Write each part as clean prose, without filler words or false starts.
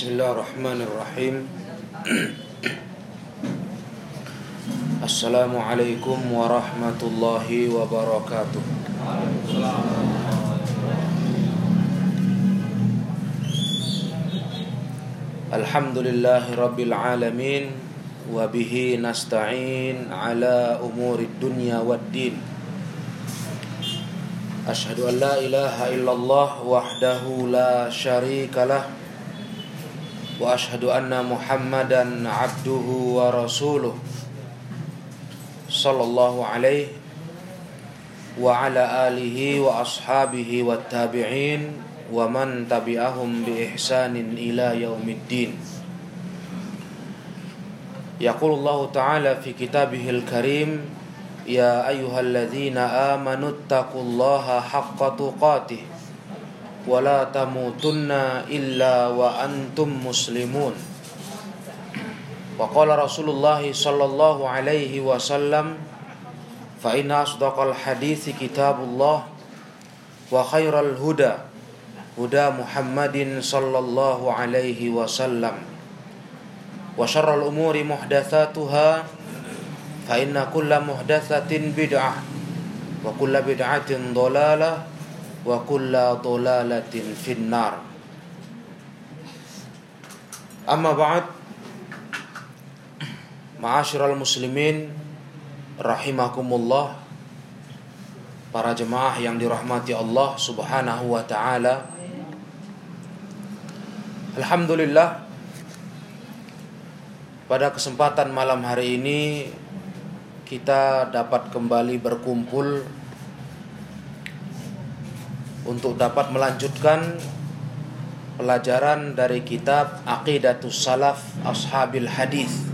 Bismillahirrahmanirrahim. Assalamualaikum warahmatullahi wabarakatuh. Alhamdulillahi rabbil alamin. Wa bihi nasta'in ala umurid dunya waddin. Ashhadu an la ilaha illallah wahdahu la syarika lah. Wa ashhadu anna Muhammadan abduhu wa rasuluh sallallahu alaihi wa ala alihi wa ashabihi wa tabi'in wa man tabi'ahum bi ihsanin ila yaumiddin. Yaqulullahu ta'ala fi kitabihil karim, ya ayyuhalladzina amanu taqullaha haqqa tuqatih wa la tamutunna illa wa antum muslimun. Wa qala Rasulullah sallallahu alaihi wasallam, fa inna asdaqal hadithi kitabullah wa khairal huda huda Muhammadin sallallahu alaihi wasallam wa syarrul umuri muhdatsatuha fa inna kulla muhdatsatin bid'ah wa kulla bid'atin dhalalah wa kulla dhalalatin finnar. Amma ba'd, ma'asyiral muslimin rahimakumullah, para jemaah yang dirahmati Allah Subhanahu wa taala. Alhamdulillah, pada kesempatan malam hari ini kita dapat kembali berkumpul untuk dapat melanjutkan pelajaran dari kitab Aqidatus Salaf Ashabil Hadis,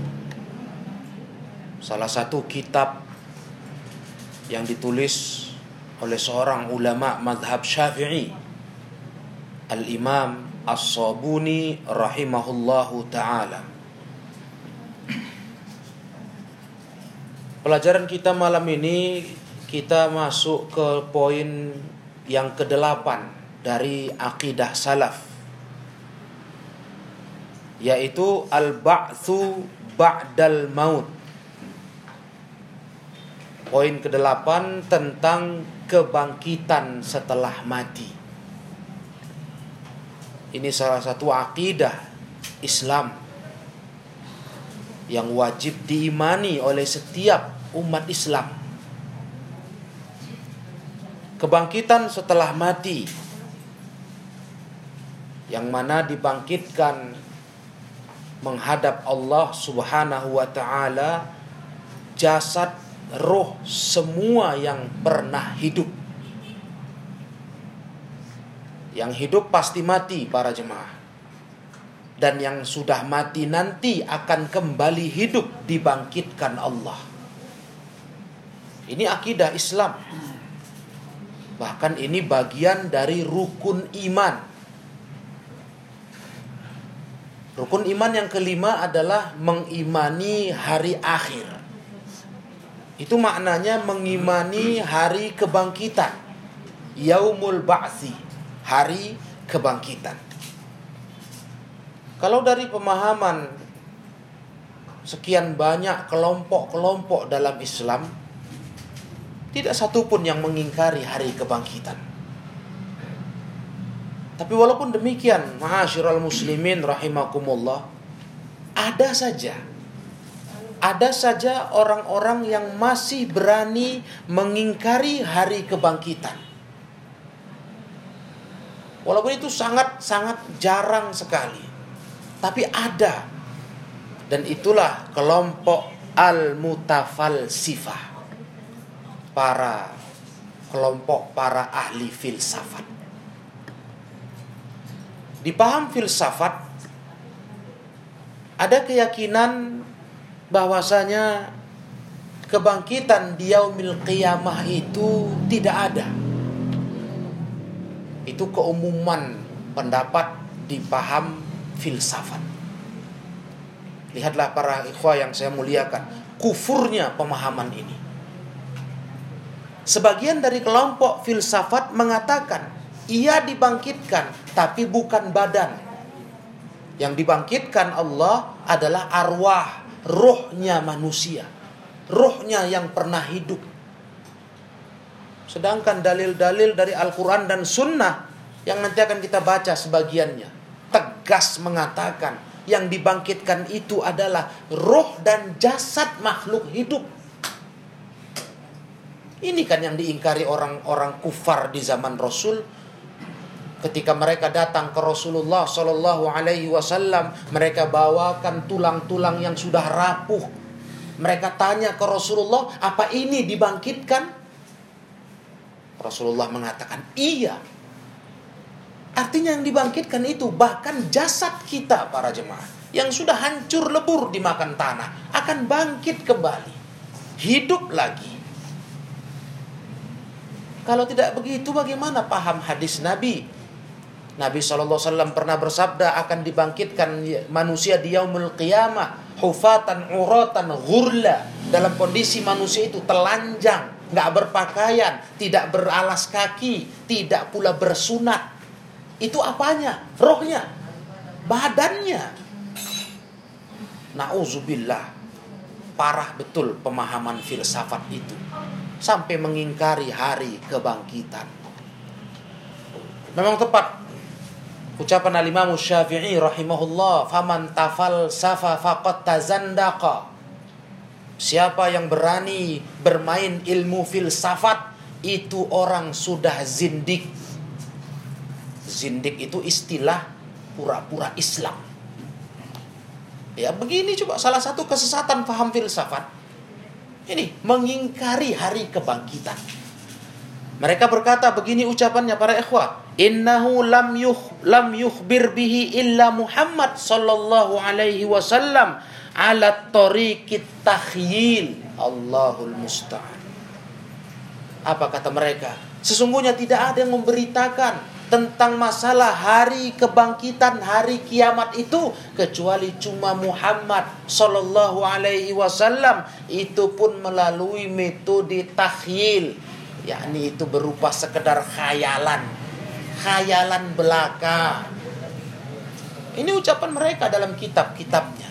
salah satu kitab yang ditulis oleh seorang ulama mazhab Syafi'i, Al-Imam As-Sabuni rahimahullahu ta'ala. Pelajaran kita malam ini, kita masuk ke poin yang ke-8 dari akidah salaf, yaitu al-ba'tsu ba'dal maut. Poin ke-8 tentang kebangkitan setelah mati. Ini salah satu akidah Islam yang wajib diimani oleh setiap umat Islam. Kebangkitan setelah mati, yang mana dibangkitkan menghadap Allah Subhanahu wa ta'ala, jasad, roh, semua yang pernah hidup. Yang hidup pasti mati para jemaah, dan yang sudah mati nanti akan kembali hidup, dibangkitkan Allah. Ini akidah Islam. Bahkan ini bagian dari rukun iman. Rukun iman yang kelima adalah mengimani hari akhir. Itu maknanya mengimani hari kebangkitan, Yaumul Ba'tsi, hari kebangkitan. Kalau dari pemahaman sekian banyak kelompok-kelompok dalam Islam, tidak satu pun yang mengingkari hari kebangkitan. Tapi walaupun demikian, ma'asyiral muslimin rahimakumullah, ada saja orang-orang yang masih berani mengingkari hari kebangkitan. Walaupun itu sangat-sangat jarang sekali, tapi ada. Dan itulah kelompok al-mutafalsifah, kelompok para ahli filsafat. Di paham filsafat ada keyakinan bahwasanya kebangkitan di yaumil qiyamah itu tidak ada. Itu keumuman pendapat di paham filsafat. Lihatlah para ikhwah yang saya muliakan, kufurnya pemahaman ini. Sebagian dari kelompok filsafat mengatakan ia dibangkitkan, tapi bukan badan. Yang dibangkitkan Allah adalah arwah, ruhnya manusia. Ruhnya yang pernah hidup. Sedangkan dalil-dalil dari Al-Quran dan Sunnah yang nanti akan kita baca sebagiannya, tegas mengatakan yang dibangkitkan itu adalah ruh dan jasad makhluk hidup. Ini kan yang diingkari orang-orang kufar di zaman Rasul. Ketika mereka datang ke Rasulullah Shallallahu Alaihi Wasallam, mereka bawakan tulang-tulang yang sudah rapuh. Mereka tanya ke Rasulullah, apa ini dibangkitkan? Rasulullah mengatakan, iya. Artinya yang dibangkitkan itu bahkan jasad kita para jemaah yang sudah hancur lebur dimakan tanah akan bangkit kembali, hidup lagi. Kalau tidak begitu, bagaimana paham hadis Nabi? Nabi SAW pernah bersabda akan dibangkitkan manusia di yaumul qiyamah hufatan uratan ghurla, dalam kondisi manusia itu telanjang, nggak berpakaian, tidak beralas kaki, tidak pula bersunat. Itu apanya? Rohnya, badannya. Nauzubillah, parah betul pemahaman filsafat itu sampai mengingkari hari kebangkitan. Memang tepat ucapan al-Imam Syafi'i rahimahullah, faman tafalsafa faqad tazandaqa. Siapa yang berani bermain ilmu filsafat, itu orang sudah zindik. Zindik itu istilah pura-pura Islam. Ya begini coba salah satu kesesatan paham filsafat. Ini mengingkari hari kebangkitan. Mereka berkata begini ucapannya para ikhwah, innahu lam yukhbir bihi illa Muhammad sallallahu alaihi wasallam ala tariqit takhyil. Allahul musta'an. Apa kata mereka? Sesungguhnya tidak ada yang memberitakan tentang masalah hari kebangkitan, hari kiamat itu kecuali cuma Muhammad sallallahu alaihi wasallam, itu pun melalui metode takhyil. Yakni itu berupa sekedar khayalan belaka. Ini ucapan mereka dalam kitab-kitabnya.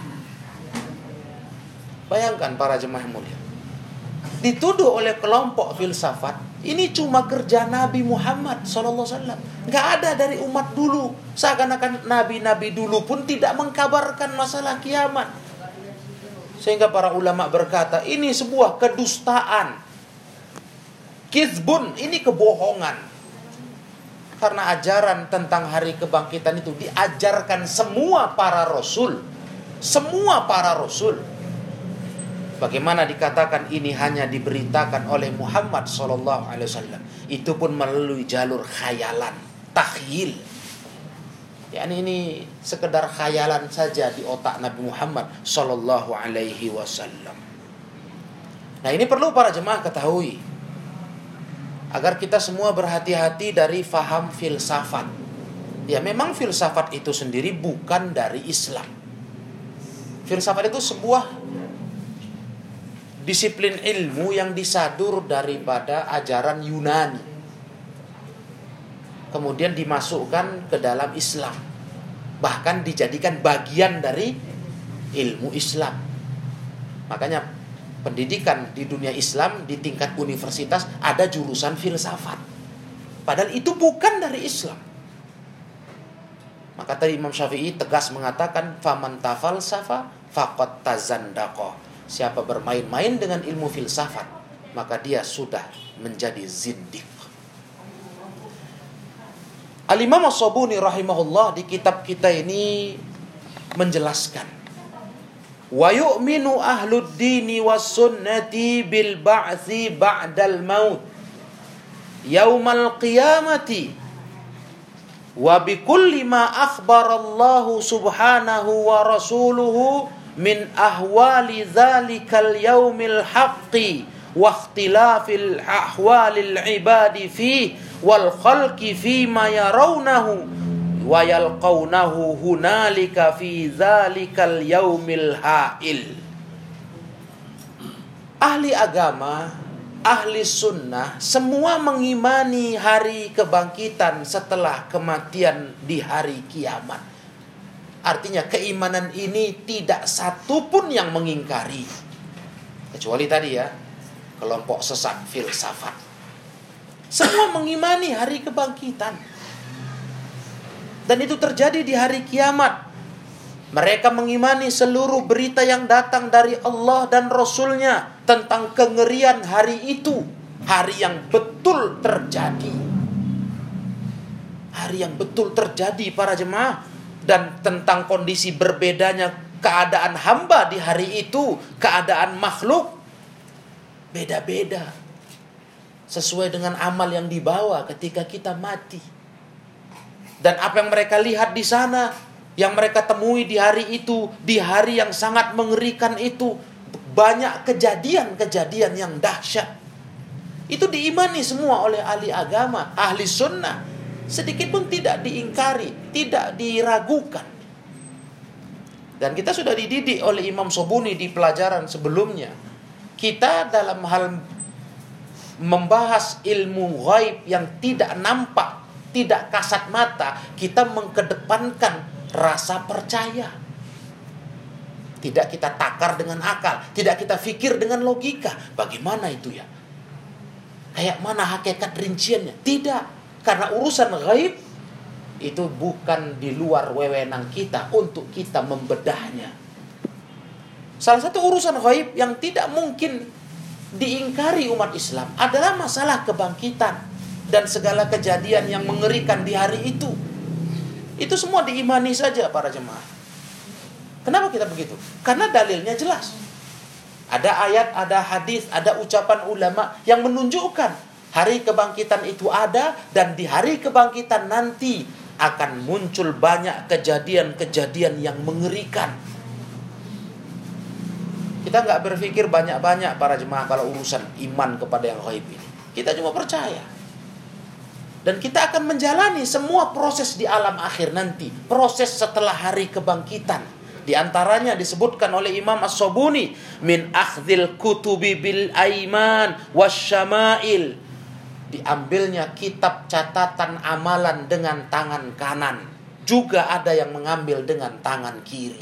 Bayangkan para jemaah mulia, dituduh oleh kelompok filsafat, ini cuma kerja Nabi Muhammad SAW. Gak ada dari umat dulu. Seakan-akan nabi-nabi dulu pun tidak mengkabarkan masalah kiamat. Sehingga para ulama berkata, ini sebuah kedustaan. Kizbun, ini kebohongan. Karena ajaran tentang hari kebangkitan itu diajarkan semua para rasul. Semua para rasul. Bagaimana dikatakan ini hanya diberitakan oleh Muhammad SAW? Itu pun melalui jalur khayalan, takhyil. Yani ini sekedar khayalan saja di otak Nabi Muhammad SAW. Nah ini perlu para jemaah ketahui, agar kita semua berhati-hati dari faham filsafat. Ya memang filsafat itu sendiri bukan dari Islam. Filsafat itu sebuah disiplin ilmu yang disadur daripada ajaran Yunani, kemudian dimasukkan ke dalam Islam, bahkan dijadikan bagian dari ilmu Islam. Makanya pendidikan di dunia Islam di tingkat universitas ada jurusan filsafat, padahal itu bukan dari Islam. Maka tadi Imam Syafi'i tegas mengatakan, faman tafalsafa faqad tazandaqa. Siapa bermain-main dengan ilmu filsafat, maka dia sudah menjadi zindiq. Al-Imam As-Sabuni rahimahullah di kitab kita ini menjelaskan, wa yu'minu ahlud dini was sunnati bil ba'thi ba'dal maut yaumal qiyamati wa bi kulli ma akhbarallahu subhanahu wa rasuluhu min ahwali dzalikal yaumil haqqi wa ikhtilafil ahwalil ibadi fi wal khalqi fi ma yarawnahu wa yalqawnahu hunalika fi dzalikal yaumil ha'il. Ahli agama, ahli sunnah semua mengimani hari kebangkitan setelah kematian di hari kiamat. Artinya keimanan ini tidak satu pun yang mengingkari. Kecuali tadi ya, kelompok sesat filsafat. Semua mengimani hari kebangkitan. Dan itu terjadi di hari kiamat. Mereka mengimani seluruh berita yang datang dari Allah dan Rasul-Nya tentang kengerian hari itu. Hari yang betul terjadi. Hari yang betul terjadi para jemaah. Dan tentang kondisi berbedanya keadaan hamba di hari itu, keadaan makhluk beda-beda sesuai dengan amal yang dibawa ketika kita mati. Dan apa yang mereka lihat di sana, yang mereka temui di hari itu, di hari yang sangat mengerikan itu, banyak kejadian-kejadian yang dahsyat. Itu diimani semua oleh ahli agama, ahli sunnah. Sedikit pun tidak diingkari, tidak diragukan. Dan kita sudah dididik oleh Imam Sobuni di pelajaran sebelumnya. Kita dalam hal membahas ilmu ghaib yang tidak nampak, tidak kasat mata, kita mengedepankan rasa percaya. Tidak kita takar dengan akal, tidak kita fikir dengan logika. Bagaimana itu ya? Kayak mana hakikat rinciannya? Tidak. Karena urusan ghaib itu bukan di luar wewenang kita untuk kita membedahnya. Salah satu urusan ghaib yang tidak mungkin diingkari umat Islam adalah masalah kebangkitan dan segala kejadian yang mengerikan di hari itu. Itu semua diimani saja para jemaah. Kenapa kita begitu? Karena dalilnya jelas. Ada ayat, ada hadis, ada ucapan ulama yang menunjukkan hari kebangkitan itu ada, dan di hari kebangkitan nanti akan muncul banyak kejadian-kejadian yang mengerikan. Kita nggak berpikir banyak-banyak para jemaah kalau urusan iman kepada yang ghaib ini. Kita cuma percaya. Dan kita akan menjalani semua proses di alam akhir nanti. Proses setelah hari kebangkitan. Di antaranya disebutkan oleh Imam As-Sobuni. Min akhdhil kutubi bil aiman wasyama'il. Diambilnya kitab catatan amalan dengan tangan kanan. Juga ada yang mengambil dengan tangan kiri.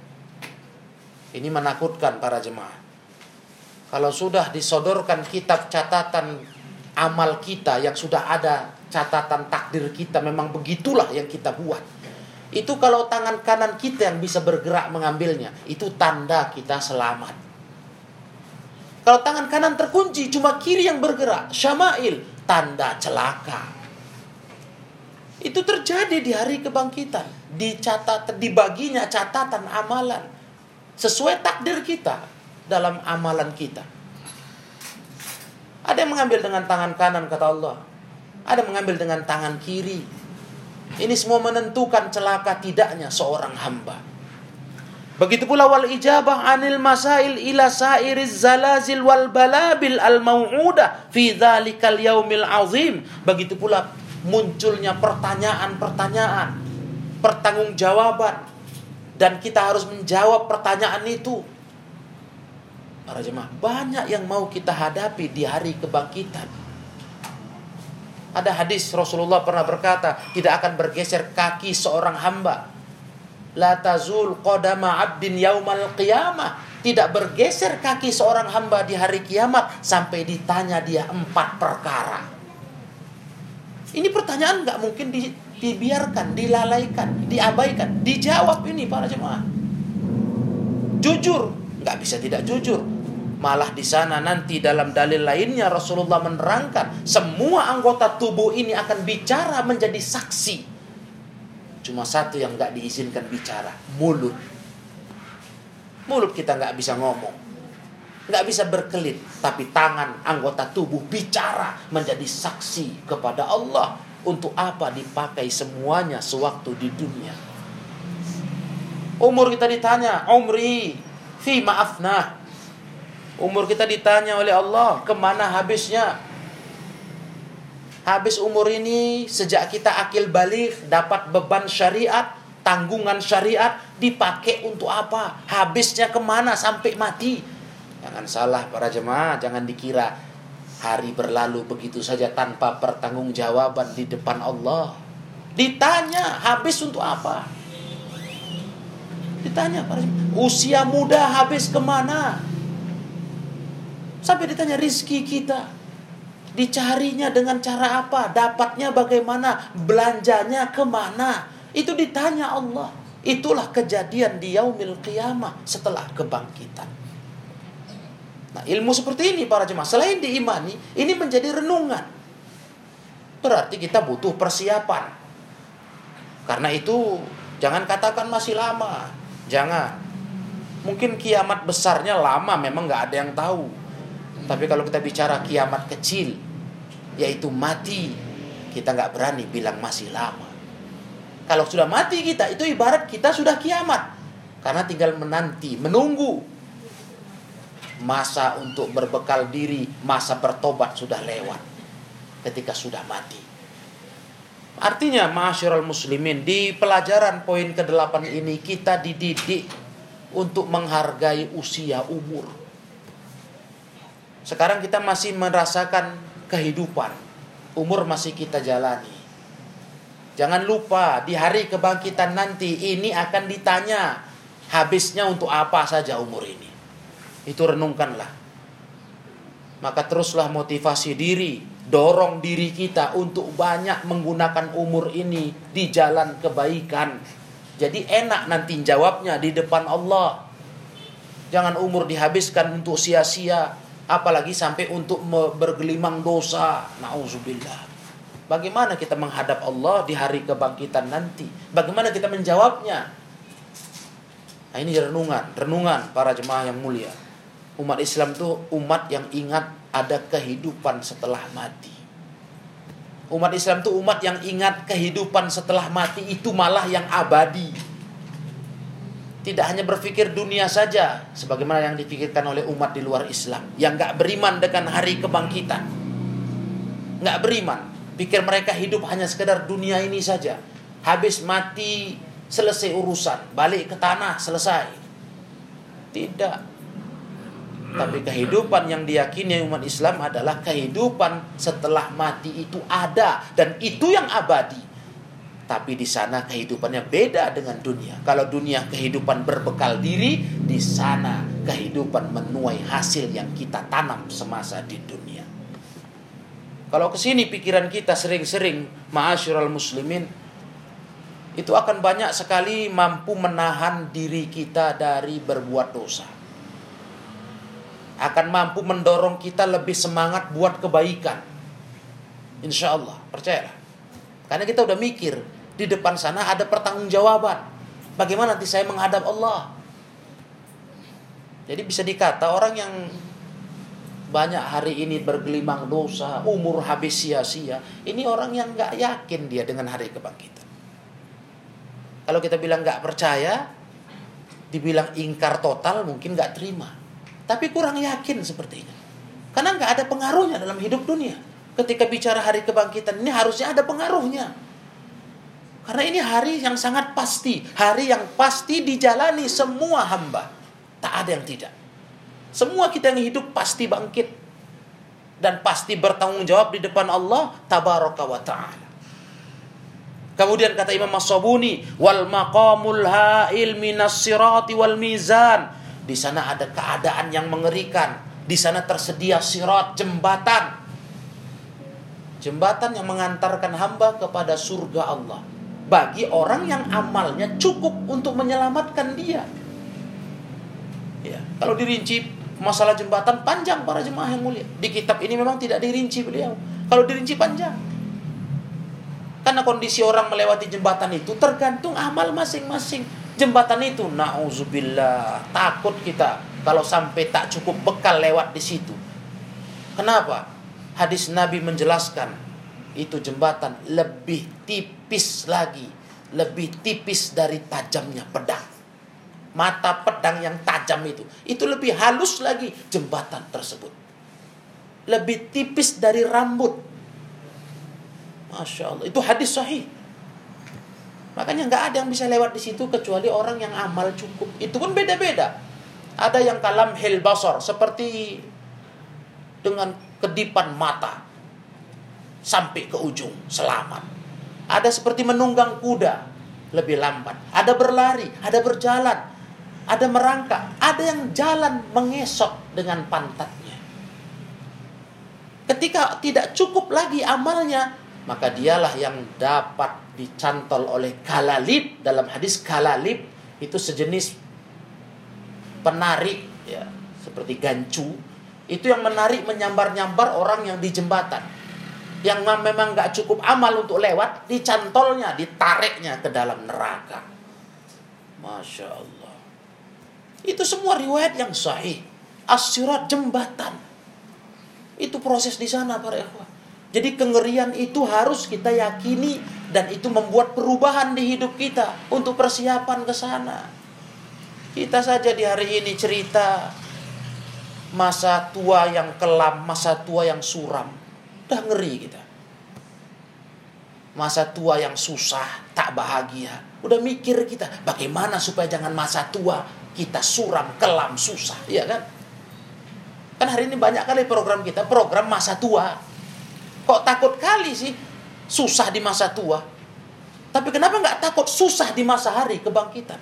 Ini menakutkan para jemaah. Kalau sudah disodorkan kitab catatan amal kita, yang sudah ada catatan takdir kita, memang begitulah yang kita buat. Itu kalau tangan kanan kita yang bisa bergerak mengambilnya, itu tanda kita selamat. Kalau tangan kanan terkunci, cuma kiri yang bergerak, syama'il, tanda celaka. Itu terjadi di hari kebangkitan. Dibaginya catatan amalan sesuai takdir kita dalam amalan kita. Ada yang mengambil dengan tangan kanan kata Allah, ada yang mengambil dengan tangan kiri. Ini semua menentukan celaka tidaknya seorang hamba. Begitu pula wal ijabah anil masail ila sairiz zalazil wal balabil al mau'udah fi dzalikal yaumil azim. Begitu pula munculnya pertanyaan-pertanyaan, pertanggungjawaban, dan kita harus menjawab pertanyaan itu. Para jemaah, banyak yang mau kita hadapi di hari kebangkitan. Ada hadis Rasulullah pernah berkata, tidak akan bergeser kaki seorang hamba. La tazul qadama 'abdin yaumal qiyamah. Tidak bergeser kaki seorang hamba di hari kiamat sampai ditanya dia 4 perkara. Ini pertanyaan gak mungkin dibiarkan, dilalaikan, diabaikan. Dijawab ini para jemaah. Jujur, gak bisa tidak jujur. Malah di sana nanti dalam dalil lainnya Rasulullah menerangkan semua anggota tubuh ini akan bicara menjadi saksi. Cuma satu yang gak diizinkan bicara, mulut. Mulut kita gak bisa ngomong, gak bisa berkelit. Tapi tangan, anggota tubuh bicara menjadi saksi kepada Allah. Untuk apa dipakai semuanya sewaktu di dunia? Umur kita ditanya, umri fi ma'afnah. Umur kita ditanya oleh Allah, kemana habisnya? Habis umur ini sejak kita akil balik, dapat beban syariat, tanggungan syariat, dipakai untuk apa? Habisnya kemana sampai mati? Jangan salah para jemaah, jangan dikira hari berlalu begitu saja tanpa pertanggungjawaban di depan Allah. Ditanya, habis untuk apa? Ditanya para jemaah, usia muda habis kemana? Sampai ditanya rizki kita, dicarinya dengan cara apa? Dapatnya bagaimana? Belanjanya kemana? Itu ditanya Allah. Itulah kejadian di yaumil qiyamah setelah kebangkitan. Nah, ilmu seperti ini para jemaah, selain diimani, ini menjadi renungan. Berarti kita butuh persiapan. Karena itu jangan katakan masih lama. Jangan. Mungkin kiamat besarnya lama, memang gak ada yang tahu. Tapi kalau kita bicara kiamat kecil, yaitu mati, kita gak berani bilang masih lama. Kalau sudah mati kita, itu ibarat kita sudah kiamat. Karena tinggal menanti, menunggu. Masa untuk berbekal diri, masa bertobat sudah lewat ketika sudah mati. Artinya, ma'asyiral muslimin, di pelajaran poin ke-8 ini kita dididik untuk menghargai usia umur. Sekarang kita masih merasakan kehidupan. Umur masih kita jalani. Jangan lupa di hari kebangkitan nanti ini akan ditanya habisnya untuk apa saja umur ini. Itu renungkanlah. Maka teruslah motivasi diri, dorong diri kita untuk banyak menggunakan umur ini di jalan kebaikan. Jadi enak nanti jawabnya di depan Allah. Jangan umur dihabiskan untuk sia-sia, apalagi sampai untuk bergelimang dosa. Nauzubillah. Bagaimana kita menghadap Allah di hari kebangkitan nanti? Bagaimana kita menjawabnya? Nah, ini renungan para jemaah yang mulia. Umat Islam itu umat yang ingat ada kehidupan setelah mati. Umat Islam itu umat yang ingat kehidupan setelah mati itu malah yang abadi. Tidak hanya berpikir dunia saja, sebagaimana yang dipikirkan oleh umat di luar Islam yang gak beriman dengan hari kebangkitan. Gak beriman. Pikir mereka hidup hanya sekedar dunia ini saja. Habis mati, selesai urusan. Balik ke tanah, selesai. Tidak. Tapi kehidupan yang diyakini umat Islam adalah kehidupan setelah mati itu ada. Dan itu yang abadi. Tapi di sana kehidupannya beda dengan dunia. Kalau dunia kehidupan berbekal diri, di sana kehidupan menuai hasil yang kita tanam semasa di dunia. Kalau kesini pikiran kita sering-sering, ma'asyiral muslimin, itu akan banyak sekali mampu menahan diri kita dari berbuat dosa. Akan mampu mendorong kita lebih semangat buat kebaikan. Insya Allah, percayalah. Karena kita udah mikir, di depan sana ada pertanggungjawaban. Bagaimana nanti saya menghadap Allah? Jadi bisa dikata orang yang banyak hari ini bergelimang dosa, umur habis sia-sia, ini orang yang gak yakin dia dengan hari kebangkitan. Kalau kita bilang gak percaya, dibilang ingkar total, mungkin gak terima. Tapi kurang yakin sepertinya. Karena gak ada pengaruhnya dalam hidup dunia. Ketika bicara hari kebangkitan ini harusnya ada pengaruhnya. Karena ini hari yang sangat pasti. Hari yang pasti dijalani semua hamba. Tak ada yang tidak. Semua kita yang hidup pasti bangkit. Dan pasti bertanggung jawab di depan Allah tabaraka wa ta'ala. Kemudian kata Imam As-Sabuni, wal maqamul ha'il minas sirati wal mizan. Di sana ada keadaan yang mengerikan. Di sana tersedia sirat, jembatan. Jembatan yang mengantarkan hamba kepada surga Allah. Bagi orang yang amalnya cukup untuk menyelamatkan dia. Ya, kalau dirinci masalah jembatan panjang para jemaah yang mulia. Di kitab ini memang tidak dirinci beliau. Kalau dirinci panjang. Karena kondisi orang melewati jembatan itu tergantung amal masing-masing. Jembatan itu, na'udzubillah, takut kita kalau sampai tak cukup bekal lewat di situ. Kenapa? Hadis Nabi menjelaskan itu jembatan lebih tipis lagi, lebih tipis dari tajamnya pedang. Mata pedang yang tajam itu lebih halus lagi jembatan tersebut. Lebih tipis dari rambut. Masya Allah, itu hadis sahih. Makanya gak ada yang bisa lewat di situ kecuali orang yang amal cukup. Itu pun beda-beda. Ada yang kalam hil basar, seperti dengan kedipan mata sampai ke ujung selamat. Ada seperti menunggang kuda, lebih lambat. Ada berlari, ada berjalan. ada merangkak, ada yang jalan mengesot dengan pantatnya. Ketika tidak cukup lagi amalnya, maka dialah yang dapat dicantol oleh kalalib. Dalam hadis kalalib itu sejenis penarik ya, seperti gancu. Itu yang menarik menyambar-nyambar orang yang di jembatan. Yang memang gak cukup amal untuk lewat, dicantolnya, ditariknya ke dalam neraka. Masya Allah. Itu semua riwayat yang sahih. As-sirat, jembatan. Itu proses di sana para ikhwah. Jadi kengerian itu harus kita yakini, dan itu membuat perubahan di hidup kita untuk persiapan ke sana. Kita saja di hari ini cerita masa tua yang kelam, masa tua yang suram. Udah ngeri kita. Masa tua yang susah, tak bahagia. Udah mikir kita, bagaimana supaya jangan masa tua kita suram, kelam, susah. Iya kan? Kan hari ini banyak kali program kita, program masa tua. Kok takut kali sih susah di masa tua? Tapi kenapa gak takut susah di masa hari kebangkitan?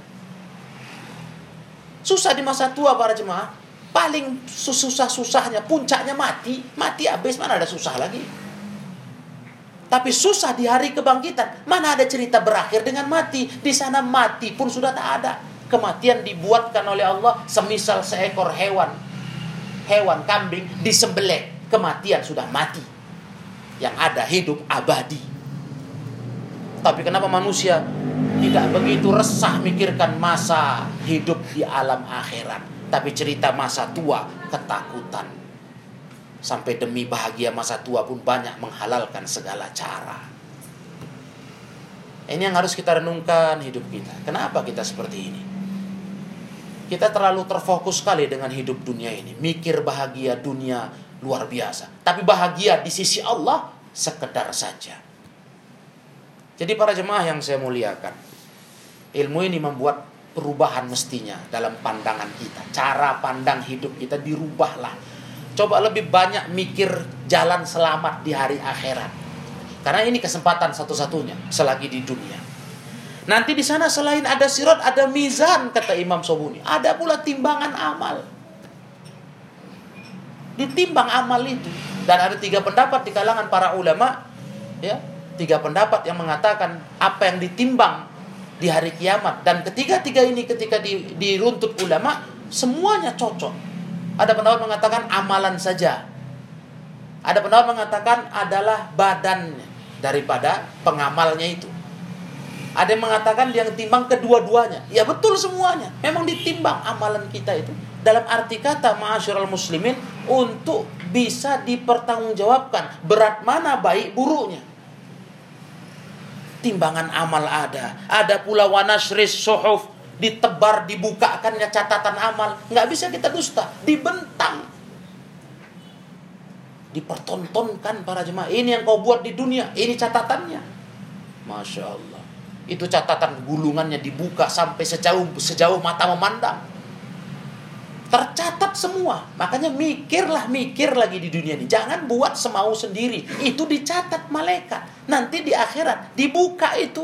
Susah di masa tua para jemaah. Paling susah-susahnya, puncaknya mati. Mati habis, mana ada susah lagi. Tapi susah di hari kebangkitan. Mana ada cerita berakhir dengan mati. Di sana mati pun sudah tak ada. Kematian dibuatkan oleh Allah semisal seekor hewan. Hewan kambing disembelih. Kematian sudah mati. Yang ada hidup abadi. Tapi kenapa manusia tidak begitu resah mikirkan masa hidup di alam akhirat. Tapi cerita masa tua, ketakutan. Sampai demi bahagia masa tua pun banyak menghalalkan segala cara. Ini yang harus kita renungkan hidup kita. Kenapa kita seperti ini? Kita terlalu terfokus sekali dengan hidup dunia ini. Mikir bahagia dunia luar biasa. Tapi bahagia di sisi Allah sekedar saja. Jadi para jemaah yang saya muliakan, ilmu ini membuat perubahan mestinya dalam pandangan kita. Cara pandang hidup kita dirubahlah. Coba lebih banyak mikir jalan selamat di hari akhirat. Karena ini kesempatan satu-satunya selagi di dunia. Nanti di sana selain ada sirat, ada mizan, kata Imam Sobuni. Ada pula timbangan amal. Ditimbang amal itu. Dan ada 3 pendapat di kalangan para ulama. Ya, 3 pendapat yang mengatakan apa yang ditimbang di hari kiamat. Dan ketiga-tiga ini ketika diruntut ulama, semuanya cocok. Ada pendapat mengatakan amalan saja. Ada pendapat mengatakan adalah badannya daripada pengamalnya itu. Ada yang mengatakan yang timbang kedua-duanya. Ya betul semuanya. Memang ditimbang amalan kita itu. Dalam arti kata ma'asyiral muslimin, untuk bisa dipertanggungjawabkan berat mana baik buruknya. Timbangan amal ada. Ada pula wanashris suhuf, ditebar, dibukakannya catatan amal. Nggak bisa kita dusta. Dibentang. Dipertontonkan para jemaah. Ini yang kau buat di dunia. Ini catatannya. Masya Allah. Itu catatan gulungannya dibuka sampai sejauh mata memandang. Tercatat semua. Makanya mikir lagi di dunia ini. Jangan buat semau sendiri. Itu dicatat malaikat. Nanti di akhirat dibuka itu.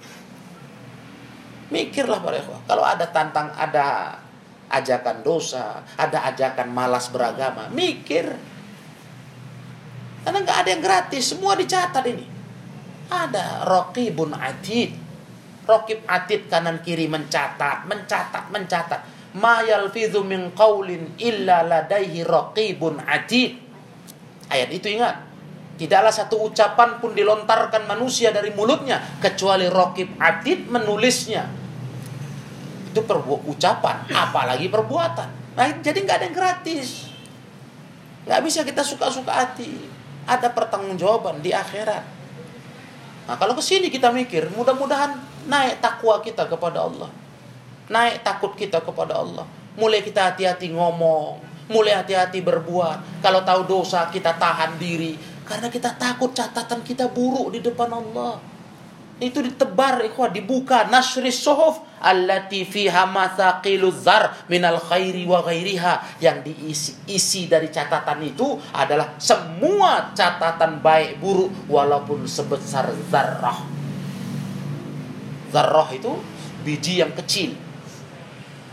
Mikirlah para ikhwah. Kalau ada ada ajakan dosa, ada ajakan malas beragama, mikir. Karena nggak ada yang gratis. Semua dicatat ini. Ada raqibun atid. Raqib atid kanan kiri mencatat. Ma yalfidhu min qaulin illa ladaihi raqibun atid. Ayat itu ingat. Tidaklah satu ucapan pun dilontarkan manusia dari mulutnya kecuali raqib atid menulisnya. Itu ucapan, apalagi perbuatan. Nah, jadi nggak ada yang gratis. Nggak bisa kita suka-suka hati. Ada pertanggungjawaban di akhirat. Nah, kalau kesini kita mikir, mudah-mudahan naik takwa kita kepada Allah. Naik takut kita kepada Allah. Mulai kita hati-hati ngomong. Mulai hati-hati berbuat. Kalau tahu dosa kita tahan diri. Karena kita takut catatan kita buruk di depan Allah. Itu ditebar, ikhwah, dibuka. Nashris suhuf allati fiha mathaqilu dzar minal khairi wa ghairiha. Yang diisi dari catatan itu adalah semua catatan baik buruk walaupun sebesar zarrah. Zarrah itu biji yang kecil.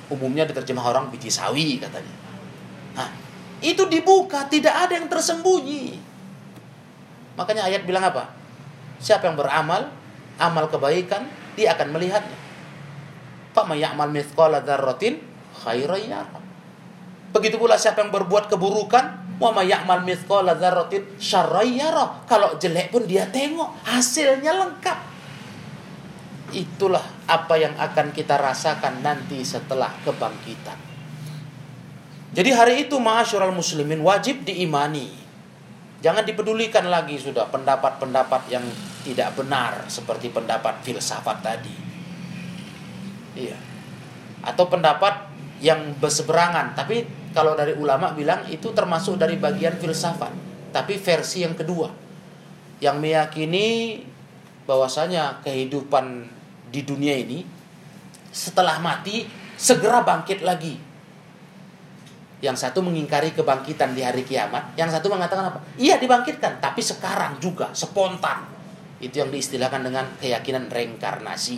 Umumnya diterjemah orang biji sawi katanya. Nah, itu dibuka, tidak ada yang tersembunyi. Makanya ayat bilang apa? Siapa yang beramal, amal kebaikan, dia akan melihatnya. Fa may ya'mal mithqala dzarratin khairan yarah. Begitu pula siapa yang berbuat keburukan, wa may ya'mal mithqala dzarratin syarran yarah. Kalau jelek pun dia tengok, hasilnya lengkap. Itulah apa yang akan kita rasakan nanti setelah kebangkitan. Jadi hari itu ma'asyiral muslimin wajib diimani. Jangan dipedulikan lagi sudah pendapat-pendapat yang tidak benar seperti pendapat filsafat tadi. Iya. Atau pendapat yang berseberangan, tapi kalau dari ulama bilang itu termasuk dari bagian filsafat. Tapi versi yang kedua yang meyakini bahwasanya kehidupan di dunia ini setelah mati segera bangkit lagi. Yang satu mengingkari kebangkitan di hari kiamat, yang satu mengatakan apa? Iya dibangkitkan, tapi sekarang juga spontan. Itu yang diistilahkan dengan keyakinan reinkarnasi.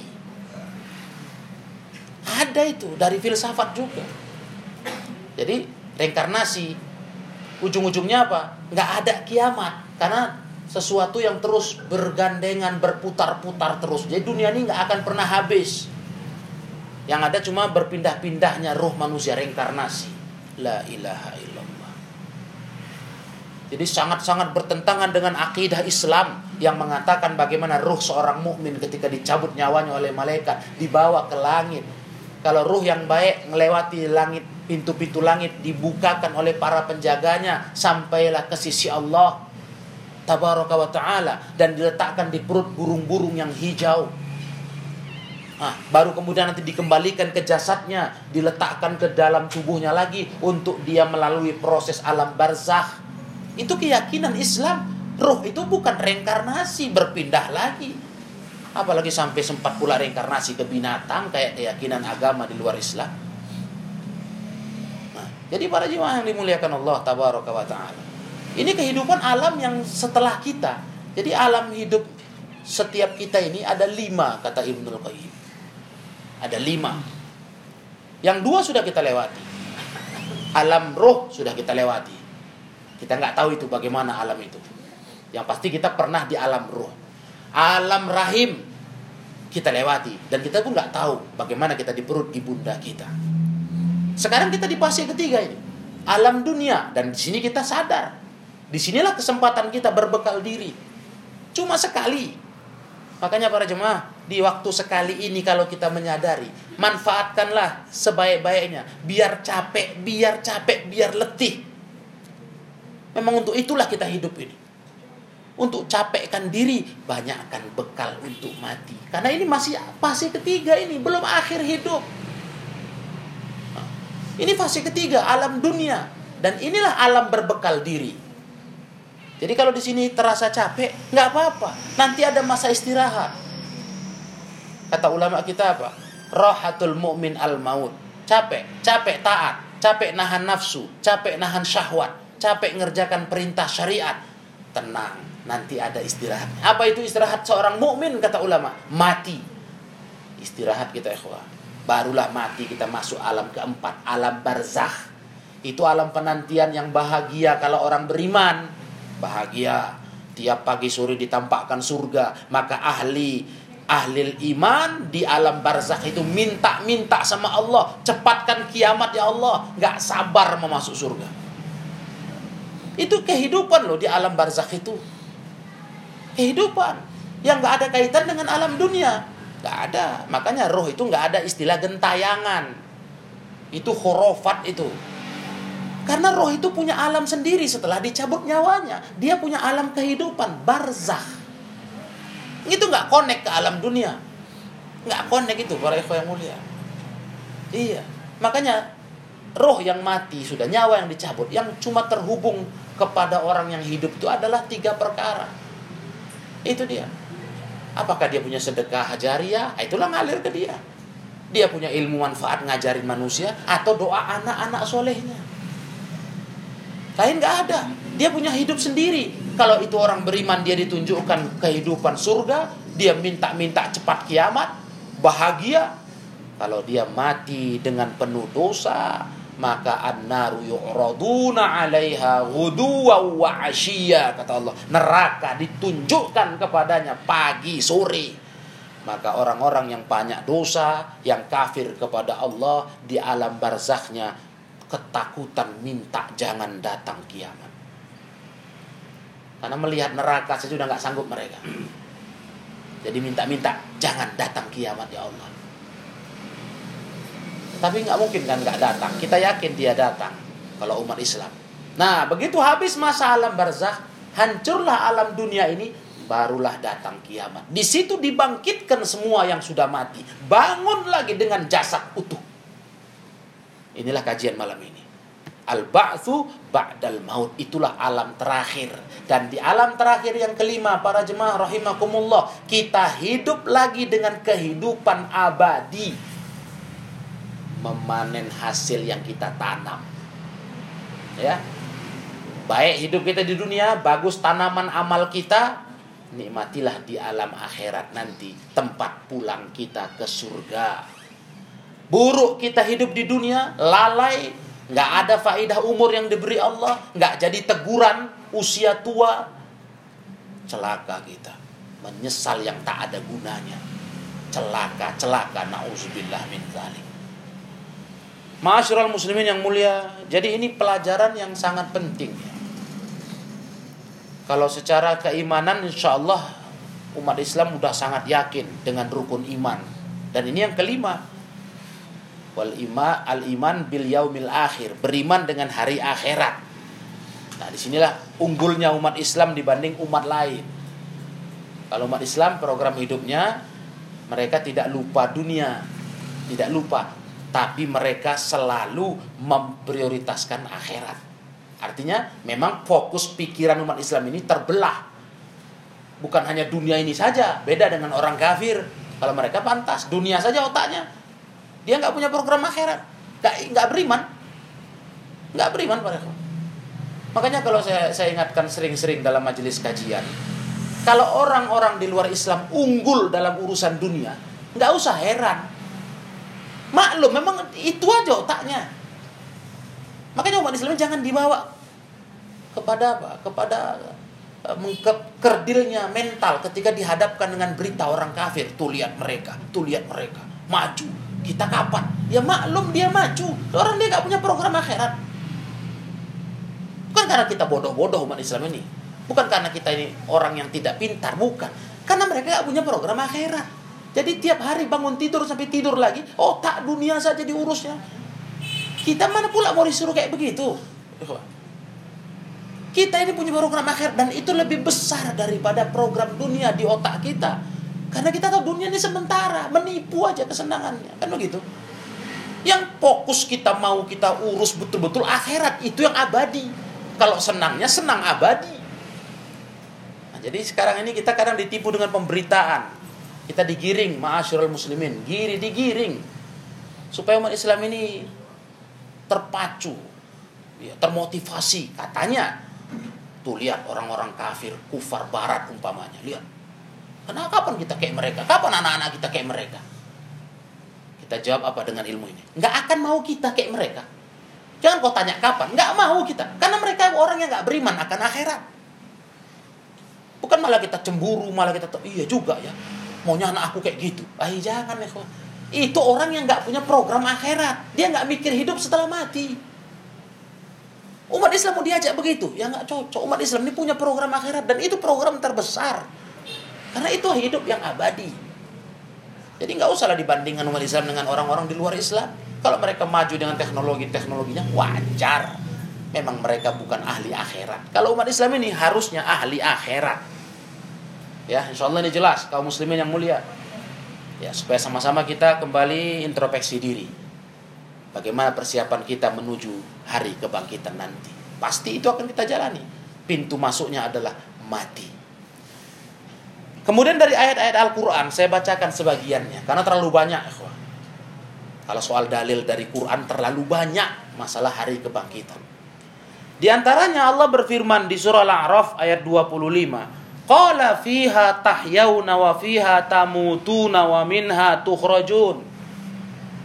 Ada itu dari filsafat juga. Jadi reinkarnasi ujung-ujungnya apa? Nggak ada kiamat, karena sesuatu yang terus bergandengan, berputar-putar terus. Jadi dunia ini nggak akan pernah habis. Yang ada cuma berpindah-pindahnya ruh manusia, reinkarnasi. La ilaha illallah. Jadi sangat-sangat bertentangan dengan akidah Islam yang mengatakan bagaimana ruh seorang mukmin ketika dicabut nyawanya oleh malaikat dibawa ke langit. Kalau ruh yang baik melewati langit, pintu-pintu langit dibukakan oleh para penjaganya sampailah ke sisi Allah Tabaraka wa ta'ala, dan diletakkan di perut burung-burung yang hijau. Baru kemudian nanti dikembalikan ke jasadnya, diletakkan ke dalam tubuhnya lagi untuk dia melalui proses alam barzakh. Itu keyakinan Islam. Ruh itu bukan reinkarnasi, berpindah lagi. Apalagi sampai sempat pula reinkarnasi ke binatang kayak keyakinan agama di luar Islam. Jadi para jemaah yang dimuliakan Allah Tabaraka wa ta'ala, ini kehidupan alam yang setelah kita. Jadi alam hidup setiap kita ini ada 5, kata Ibnul Qayyim. Ada 5. Yang 2 sudah kita lewati. Alam roh sudah kita lewati. Kita nggak tahu itu bagaimana alam itu. Yang pasti kita pernah di alam roh. Alam rahim kita lewati. Dan kita pun nggak tahu bagaimana kita di perut ibunda kita. Sekarang kita di fase ketiga ini. Alam dunia. Dan di sini kita sadar. Disinilah kesempatan kita berbekal diri. Cuma sekali. Makanya para jemaah, di waktu sekali ini kalau kita menyadari, manfaatkanlah sebaik-baiknya. Biar capek, biar letih. Memang untuk itulah kita hidup ini. Untuk capekkan diri, banyakkan bekal untuk mati. Karena ini masih fase ketiga ini, belum akhir hidup. Ini fase ketiga, alam dunia. Dan inilah alam berbekal diri. Jadi kalau di sini terasa capek, nggak apa-apa. Nanti ada masa istirahat. Kata ulama kita apa? Rahatul mu'min al-maut. Capek taat, capek nahan nafsu, capek nahan syahwat, capek ngerjakan perintah syariat. Tenang, nanti ada istirahat. Apa itu istirahat seorang mukmin kata ulama? Mati. Istirahat kita ikhwah. Barulah mati kita masuk alam keempat, alam barzakh. Itu alam penantian yang bahagia kalau orang beriman. Bahagia, tiap pagi sore ditampakkan surga. Maka ahli iman di alam barzakh itu minta sama Allah, cepatkan kiamat ya Allah, nggak sabar mau masuk surga. Itu kehidupan loh di alam barzakh itu. Kehidupan yang nggak ada kaitan dengan alam dunia, nggak ada. Makanya roh itu nggak ada istilah gentayangan. Itu khurafat itu. Karena roh itu punya alam sendiri setelah dicabut nyawanya. Dia punya alam kehidupan, barzakh. Itu gak connect ke alam dunia. Gak connect itu para ikhwan yang mulia. Iya. Makanya roh yang mati sudah, nyawa yang dicabut, yang cuma terhubung kepada orang yang hidup itu adalah 3 perkara. Itu dia. Apakah dia punya sedekah jariyah? Itulah ngalir ke dia. Dia punya ilmu manfaat ngajarin manusia, atau doa anak-anak solehnya. Lain gak ada. Dia punya hidup sendiri. Kalau itu orang beriman, dia ditunjukkan kehidupan surga. Dia minta cepat kiamat, bahagia. Kalau dia mati dengan penuh dosa, maka an-naru yu'raduna 'alaiha ghuduwan wa 'ashiyya, kata Allah. Neraka ditunjukkan kepadanya pagi sore. Maka orang-orang yang banyak dosa, yang kafir kepada Allah, di alam barzakhnya ketakutan minta jangan datang kiamat. Karena melihat neraka saja sudah nggak sanggup mereka. Jadi minta-minta jangan datang kiamat ya Allah. Tapi nggak mungkin kan nggak datang. Kita yakin dia datang kalau umat Islam. Nah, begitu habis masa alam barzakh, hancurlah alam dunia ini, barulah datang kiamat. Di situ dibangkitkan semua yang sudah mati, bangun lagi dengan jasad utuh. Inilah kajian malam ini. Al-ba'tsu ba'dal maut, itulah alam terakhir. Dan di alam terakhir yang kelima, para jemaah rahimakumullah, kita hidup lagi dengan kehidupan abadi. Memanen hasil yang kita tanam. Ya. Baik hidup kita di dunia, bagus tanaman amal kita, nikmatilah di alam akhirat nanti tempat pulang kita ke surga. Buruk kita hidup di dunia, lalai, nggak ada faedah umur yang diberi Allah, nggak jadi teguran usia tua, celaka kita, menyesal yang tak ada gunanya, celaka, na'udzubillah min dzalik. Ma'asyiral muslimin yang mulia, jadi ini pelajaran yang sangat penting. Kalau secara keimanan, insya Allah umat Islam sudah sangat yakin dengan rukun iman. Dan ini yang kelima, al-iman bil yaumil akhir, beriman dengan hari akhirat. Nah, disinilah unggulnya umat Islam dibanding umat lain. Kalau umat Islam program hidupnya, mereka tidak lupa dunia, tidak lupa, tapi mereka selalu memprioritaskan akhirat. Artinya memang fokus pikiran umat Islam ini terbelah. Bukan hanya dunia ini saja, beda dengan orang kafir. Kalau mereka pantas, dunia saja otaknya. Dia nggak punya program akhirat, nggak beriman, Pak. Makanya kalau saya ingatkan sering-sering dalam majelis kajian, kalau orang-orang di luar Islam unggul dalam urusan dunia, nggak usah heran. Maklum, memang itu aja otaknya. Makanya umat Islam jangan dibawa kepada apa? Kepada kerdilnya mental ketika dihadapkan dengan berita orang kafir. Tuh lihat mereka, maju. Kita kapan? Ya maklum dia maju. Orang dia gak punya program akhirat. Bukan karena kita bodoh-bodoh umat Islam ini. Bukan karena kita ini orang yang tidak pintar. Bukan. Karena mereka gak punya program akhirat. Jadi tiap hari bangun tidur sampai tidur lagi, otak dunia saja diurusnya. Kita mana pula mau disuruh kayak begitu? Kita ini punya program akhirat, dan itu lebih besar daripada program dunia di otak kita. Karena kita tahu dunia ini sementara, menipu aja kesenangannya, kan begitu. Yang fokus kita mau kita urus betul-betul akhirat, itu yang abadi. Kalau senangnya senang abadi. Nah, jadi sekarang ini kita kadang ditipu dengan pemberitaan. Kita digiring, ma'asyiral muslimin, digiring supaya umat Islam ini terpacu, ya, termotivasi. Katanya, tuh lihat orang-orang kafir, kufar barat umpamanya, lihat. Kenapa kapan kita kayak mereka? Kapan anak-anak kita kayak mereka? Kita jawab apa dengan ilmu ini? Nggak akan mau kita kayak mereka. Jangan kau tanya kapan, nggak mau kita. Karena mereka orang yang nggak beriman akan akhirat. Bukan malah kita cemburu, malah kita iya juga ya. Maunya anak aku kayak gitu. Jangan ya. Itu orang yang gak punya program akhirat. Dia gak mikir hidup setelah mati. Umat Islam mau diajak begitu, ya gak cocok. Umat Islam ini punya program akhirat, dan itu program terbesar. Karena itu hidup yang abadi. Jadi gak usahlah dibandingkan umat Islam dengan orang-orang di luar Islam. Kalau mereka maju dengan teknologinya, wajar. Memang mereka bukan ahli akhirat. Kalau umat Islam ini harusnya ahli akhirat. Ya, insyaallah ini jelas kaum muslimin yang mulia. Ya, supaya sama-sama kita kembali introspeksi diri. Bagaimana persiapan kita menuju hari kebangkitan nanti. Pasti itu akan kita jalani. Pintu masuknya adalah mati. Kemudian dari ayat-ayat Al-Qur'an saya bacakan sebagiannya karena terlalu banyak, ikhwah. Kalau soal dalil dari Quran terlalu banyak masalah hari kebangkitan. Di antaranya Allah berfirman di surah Al-A'raf ayat 25. Qala fiha tahyawna wa fiha tamutuna wa minha tukhrajun.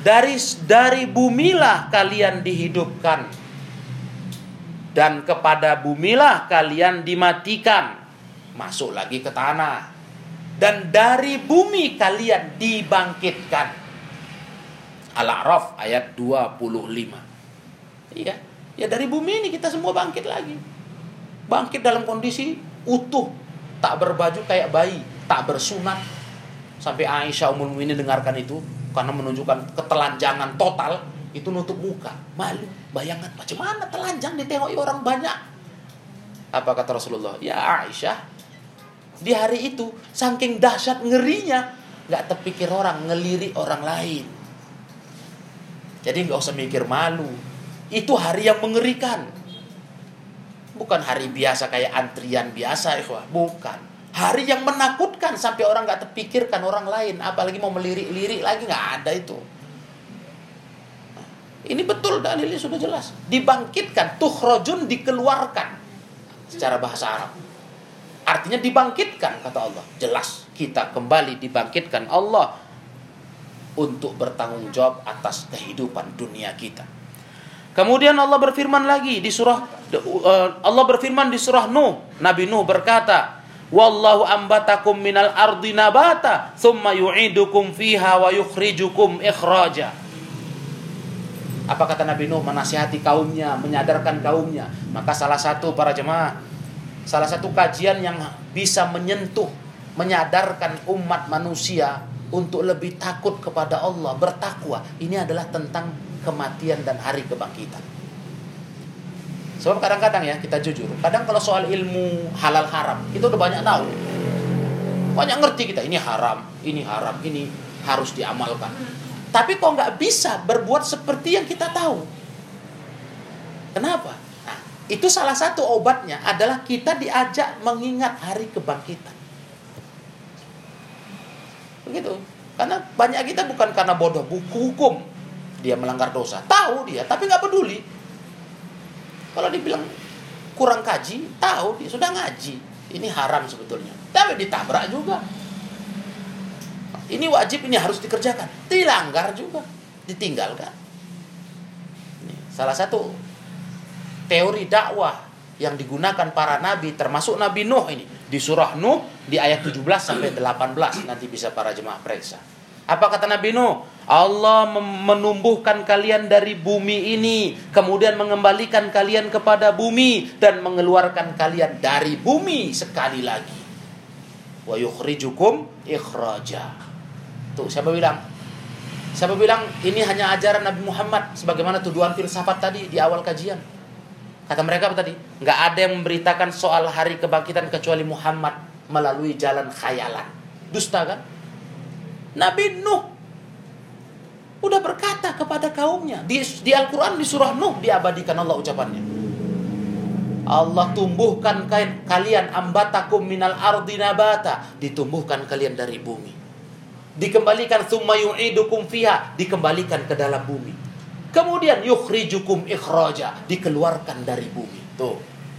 Dari bumilah kalian dihidupkan, dan kepada bumilah kalian dimatikan, masuk lagi ke tanah, dan dari bumi kalian dibangkitkan. Al-A'raf ayat 25. Iya, ya dari bumi ini kita semua bangkit lagi. Bangkit dalam kondisi utuh, tak berbaju kayak bayi, tak bersunat. Sampai Aisyah Ummul Mukminin dengarkan itu, karena menunjukkan ketelanjangan total, itu nutup muka, malu. Bayangkan macam mana telanjang ditengok orang banyak. Apa kata Rasulullah? Ya Aisyah, di hari itu saking dahsyat ngerinya, gak terpikir orang ngelirik orang lain. Jadi gak usah mikir malu. Itu hari yang mengerikan. Bukan hari biasa kayak antrian biasa, ikhwah. Bukan. Hari yang menakutkan sampai orang gak terpikirkan orang lain. Apalagi mau melirik-lirik lagi, gak ada itu. Nah, ini betul dalilnya sudah jelas. Dibangkitkan, tukhrajun, dikeluarkan. Secara bahasa Arab. Artinya dibangkitkan, kata Allah. Jelas, kita kembali dibangkitkan Allah untuk bertanggung jawab atas kehidupan dunia kita. Kemudian Allah berfirman lagi di surah Nuh. Nabi Nuh berkata, "Wallahu ambatakum minal ardi nabata, thumma yu'idukum fiha wa yukhrijukum ikhraja." Apa kata Nabi Nuh? Menasihati kaumnya, menyadarkan kaumnya. Maka salah satu para jemaah, salah satu kajian yang bisa menyentuh, menyadarkan umat manusia untuk lebih takut kepada Allah, bertakwa, ini adalah tentang kematian dan hari kebangkitan. Sebab kadang-kadang ya, kita jujur, kadang kalau soal ilmu halal haram, kita udah banyak tahu. Banyak ngerti kita, ini haram, ini harus diamalkan. Tapi kok nggak bisa berbuat seperti yang kita tahu. Kenapa? Nah, itu salah satu obatnya adalah kita diajak mengingat hari kebangkitan. Begitu. Karena banyak kita bukan karena bodoh buku hukum dia melanggar dosa, tahu dia tapi nggak peduli. Kalau dibilang kurang kaji, tahu dia sudah ngaji, ini haram sebetulnya, tapi ditabrak juga. Ini wajib, ini harus dikerjakan, dilanggar juga, ditinggalkan. Ini salah satu teori dakwah yang digunakan para nabi, termasuk Nabi Nuh ini. Di surah Nuh, di ayat 17 sampai 18, nanti bisa para jemaah periksa. Apa kata Nabi Nuh? Allah menumbuhkan kalian dari bumi ini, kemudian mengembalikan kalian kepada bumi, dan mengeluarkan kalian dari bumi sekali lagi. Wa yukhrijukum ikhraja. Tuh, siapa bilang? Siapa bilang ini hanya ajaran Nabi Muhammad, sebagaimana tuduhan filsafat tadi di awal kajian? Kata mereka apa tadi? Nggak ada yang memberitakan soal hari kebangkitan kecuali Muhammad melalui jalan khayalan. Dusta kan? Nabi Nuh udah berkata kepada kaumnya. Di Al-Quran di surah Nuh diabadikan Allah ucapannya. Allah tumbuhkan kalian, ambatakum minal ardi nabata, ditumbuhkan kalian dari bumi. Dikembalikan, thumma yu'idukum fiha, dikembalikan ke dalam bumi. Kemudian yukhrijukum ikhraja, dikeluarkan dari bumi. Tuh.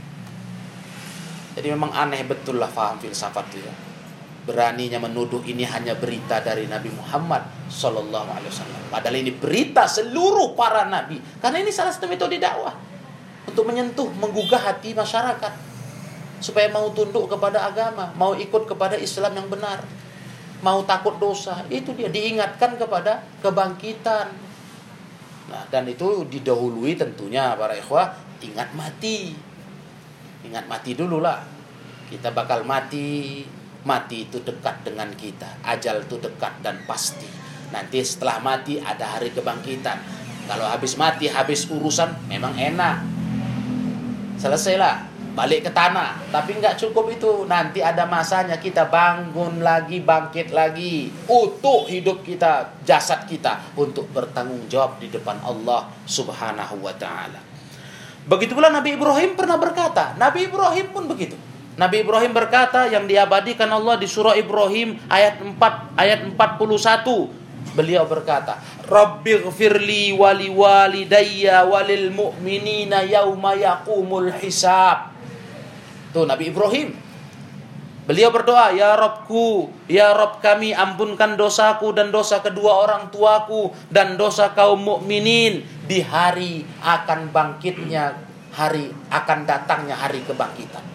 Jadi memang aneh betul lah faham filsafat itu ya. Beraninya menuduh ini hanya berita dari Nabi Muhammad sallallahu alaihi wasallam. Padahal ini berita seluruh para nabi. Karena ini salah satu metode dakwah untuk menyentuh, menggugah hati masyarakat supaya mau tunduk kepada agama, mau ikut kepada Islam yang benar, mau takut dosa. Itu dia, diingatkan kepada kebangkitan. Nah, dan itu didahului tentunya para ikhwah, ingat mati. Ingat mati dulu lah. Kita bakal mati. Mati itu dekat dengan kita. Ajal itu dekat dan pasti. Nanti setelah mati ada hari kebangkitan. Kalau habis mati, habis urusan, memang enak. Selesailah, balik ke tanah. Tapi nggak cukup itu. Nanti ada masanya kita bangun lagi, bangkit lagi. Utuh hidup kita, jasad kita, untuk bertanggung jawab di depan Allah subhanahu wa ta'ala. Begitu pula Nabi Ibrahim pernah berkata. Nabi Ibrahim pun begitu. Nabi Ibrahim berkata yang diabadikan Allah di surah Ibrahim ayat 41. Beliau berkata, "Rabbighfirli wali walidayya walil mu'minina yauma yaqumul hisab." Tuh Nabi Ibrahim. Beliau berdoa, ya Robku, ya Rob kami, ampunkan dosaku dan dosa kedua orang tuaku dan dosa kaum mukminin di hari akan bangkitnya, hari akan datangnya hari kebangkitan.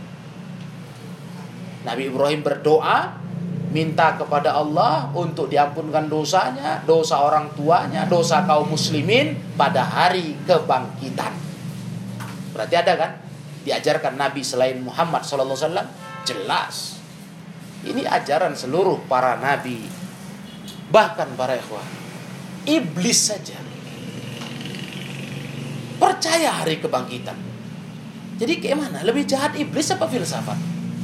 Nabi Ibrahim berdoa, minta kepada Allah untuk diampunkan dosanya, dosa orang tuanya, dosa kaum muslimin pada hari kebangkitan. Berarti ada kan? Diajarkan Nabi selain Muhammad SAW? Jelas. Ini ajaran seluruh para nabi. Bahkan para ikhwah, iblis saja percaya hari kebangkitan. Jadi gimana? Lebih jahat iblis apa filsafat?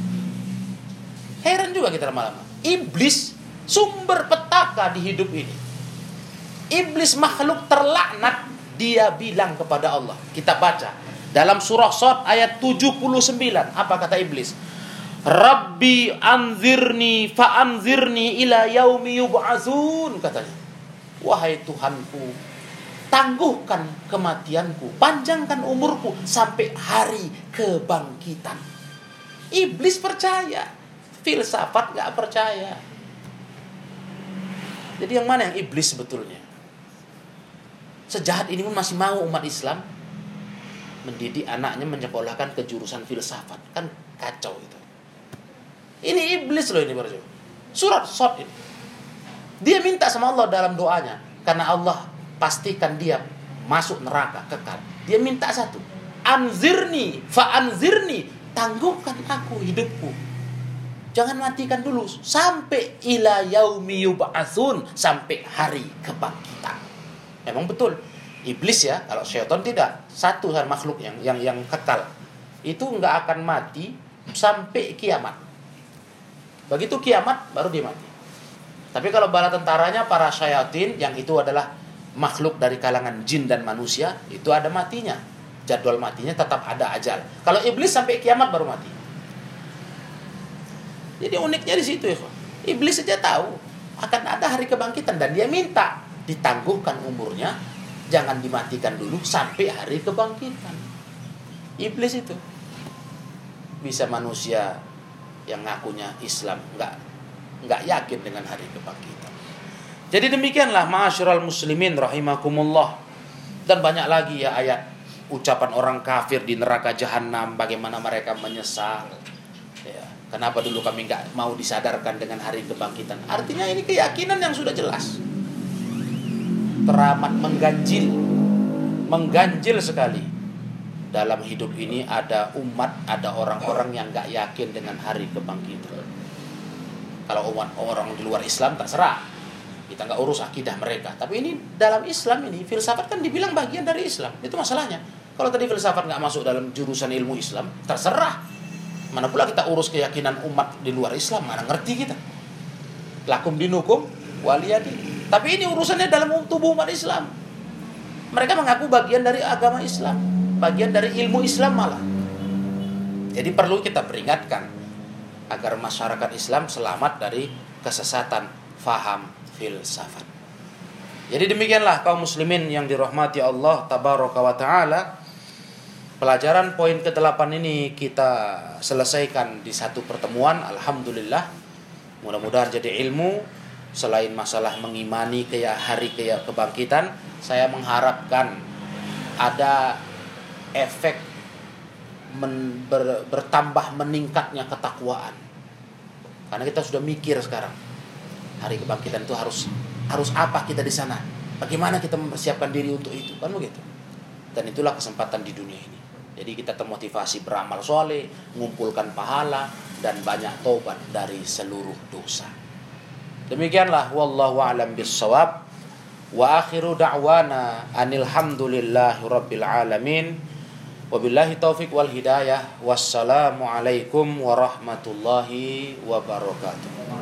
Heran juga kita lama-lama. Iblis sumber petaka di hidup ini. Iblis makhluk terlaknat. Dia bilang kepada Allah. Kita baca dalam surah Shad ayat 79. Apa kata iblis? Rabbi anzirni fa'anzirni ila yaumi yub'atsun, katanya. Wahai Tuhanku, tangguhkan kematianku, panjangkan umurku sampai hari kebangkitan. Iblis percaya, filsafat gak percaya. Jadi yang mana yang iblis sebetulnya? Sejahat ini pun masih mau umat Islam mendidik anaknya menyekolahkan ke jurusan filsafat. Kan kacau itu. Ini iblis loh ini baru. Surat Shad ini. Dia minta sama Allah dalam doanya. Karena Allah pastikan dia masuk neraka kekal. Dia minta satu. Anzirni fa'anzirni. Tangguhkan aku hidupku. Jangan matikan dulu. Sampai ila yaumi yub'atsun. Sampai hari kebangkitan. Memang betul. Iblis ya. Kalau syaitan tidak. Satu makhluk yang kekal. Itu nggak akan mati sampai kiamat. Begitu kiamat baru dia mati. Tapi kalau bala tentaranya para syayatin, yang itu adalah makhluk dari kalangan jin dan manusia, itu ada matinya. Jadwal matinya tetap ada ajal. Kalau iblis sampai kiamat baru mati. Jadi uniknya di situ ya. Iblis saja tahu akan ada hari kebangkitan dan dia minta ditangguhkan umurnya, jangan dimatikan dulu sampai hari kebangkitan. Iblis itu. Bisa manusia yang ngakunya Islam nggak yakin dengan hari kebangkitan. Jadi demikianlah ma'asyiral muslimin rahimakumullah. Dan banyak lagi ya ayat ucapan orang kafir di neraka jahanam, bagaimana mereka menyesal. Ya, kenapa dulu kami nggak mau disadarkan dengan hari kebangkitan? Artinya ini keyakinan yang sudah jelas. Teramat mengganjil sekali. Dalam hidup ini ada umat, ada orang-orang yang gak yakin dengan hari kebangkitan. Kalau umat orang di luar Islam terserah, kita gak urus akidah mereka. Tapi ini dalam Islam ini, filsafat kan dibilang bagian dari Islam. Itu masalahnya. Kalau tadi filsafat gak masuk dalam jurusan ilmu Islam, terserah. Mana pula kita urus keyakinan umat di luar Islam, mana ngerti kita. Lakum dinukum waliyadin. Tapi ini urusannya dalam tubuh umat Islam. Mereka mengaku bagian dari agama Islam, bagian dari ilmu Islam malah. Jadi perlu kita peringatkan agar masyarakat Islam selamat dari kesesatan faham filsafat. Jadi demikianlah kaum muslimin yang dirahmati Allah tabaraka wa taala. Pelajaran poin ke-8 ini kita selesaikan di satu pertemuan. Alhamdulillah. Mudah-mudahan jadi ilmu. Selain masalah mengimani hari kebangkitan, saya mengharapkan ada efek bertambah meningkatnya ketakwaan. Karena kita sudah mikir sekarang hari kebangkitan itu harus apa kita di sana, bagaimana kita mempersiapkan diri untuk itu, kan begitu. Dan itulah kesempatan di dunia ini. Jadi kita termotivasi beramal soleh, mengumpulkan pahala dan banyak taubat dari seluruh dosa. Demikianlah wallahu a'lam bissawab. Wa akhiru da'wana anil hamdulillahi rabbil alamin. Wabillahi taufiq wal hidayah. Wassalamu alaikum warahmatullahi wabarakatuh.